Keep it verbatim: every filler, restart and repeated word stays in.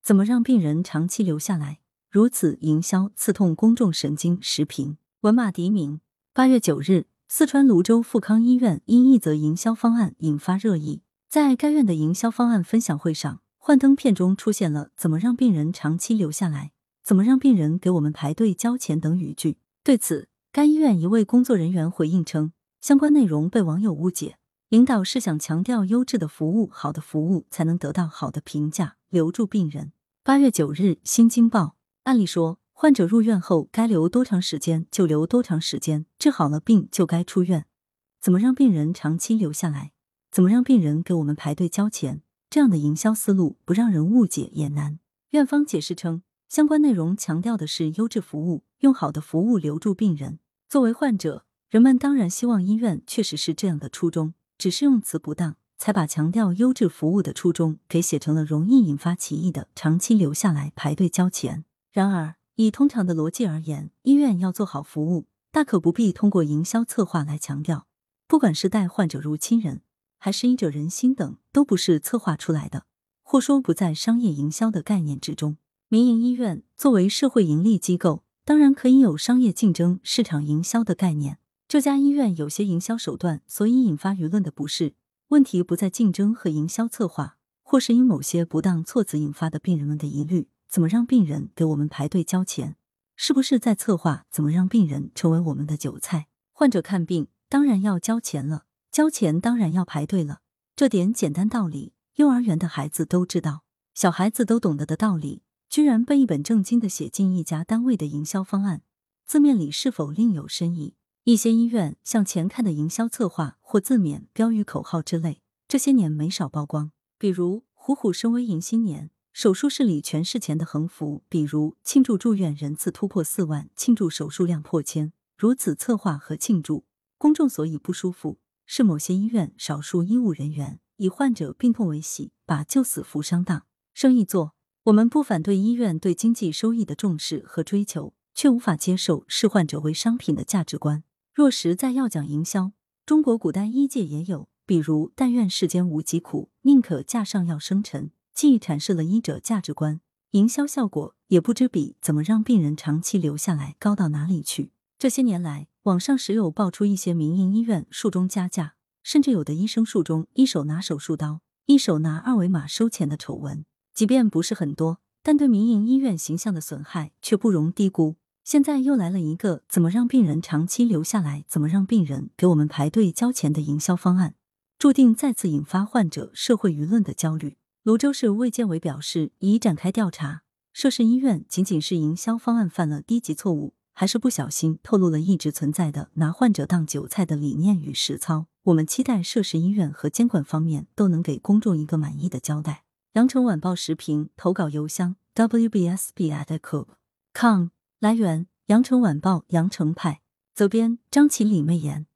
怎么让病人长期留下来？如此营销刺痛公众神经。时评文马迪明。八月九日，四川泸州富康医院因一则营销方案引发热议。在该院的营销方案分享会上，幻灯片中出现了怎么让病人长期留下来，怎么让病人给我们排队交钱等语句。对此，该医院一位工作人员回应称，相关内容被网友误解，领导是想强调优质的服务，好的服务才能得到好的评价，留住病人。八月九日，新京报。按理说，患者入院后该留多长时间就留多长时间，治好了病就该出院。怎么让病人长期留下来？怎么让病人给我们排队交钱？这样的营销思路不让人误解也难。院方解释称，相关内容强调的是优质服务，用好的服务留住病人。作为患者，人们当然希望医院确实是这样的初衷，只是用词不当，才把强调优质服务的初衷给写成了容易引发歧义的长期留下来排队交钱。然而，以通常的逻辑而言，医院要做好服务，大可不必通过营销策划来强调。不管是待患者如亲人，还是医者仁心等，都不是策划出来的，或说不在商业营销的概念之中。民营医院作为社会盈利机构，当然可以有商业竞争、市场营销的概念。这家医院有些营销手段，所以引发舆论的不适。问题不在竞争和营销策划，或是因某些不当措辞引发的病人们的疑虑。怎么让病人给我们排队交钱？是不是在策划怎么让病人成为我们的韭菜？患者看病当然要交钱了，交钱当然要排队了，这点简单道理，幼儿园的孩子都知道，小孩子都懂得的道理，居然被一本正经地写进一家单位的营销方案，字面里是否另有深意？一些医院向前看的营销策划或字面、标语、口号之类，这些年没少曝光，比如虎虎生威迎新年，手术室里全是钱的横幅，比如庆祝住院人次突破四万，庆祝手术量破千。如此策划和庆祝，公众所以不舒服，是某些医院少数医务人员以患者病痛为喜，把救死扶伤当生意做。我们不反对医院对经济收益的重视和追求，却无法接受视患者为商品的价值观。若实在要讲营销，中国古代医界也有，比如但愿世间无疾苦，宁可架上药生尘，既阐释了医者价值观，营销效果也不知比怎么让病人长期留下来高到哪里去。这些年来，网上时有爆出一些民营医院术中加价，甚至有的医生术中一手拿手术刀，一手拿二维码收钱的丑闻。即便不是很多，但对民营医院形象的损害却不容低估。现在又来了一个怎么让病人长期留下来，怎么让病人给我们排队交钱的营销方案，注定再次引发患者、社会舆论的焦虑。泸州市卫健委表示，已展开调查，涉事医院仅仅是营销方案犯了低级错误，还是不小心透露了一直存在的拿患者当韭菜的理念与实操。我们期待涉事医院和监管方面都能给公众一个满意的交代。羊城晚报时评投稿邮箱 w b s b at c o p 点 com。 来源：羊城晚报羊城派，责编张起李媚妍。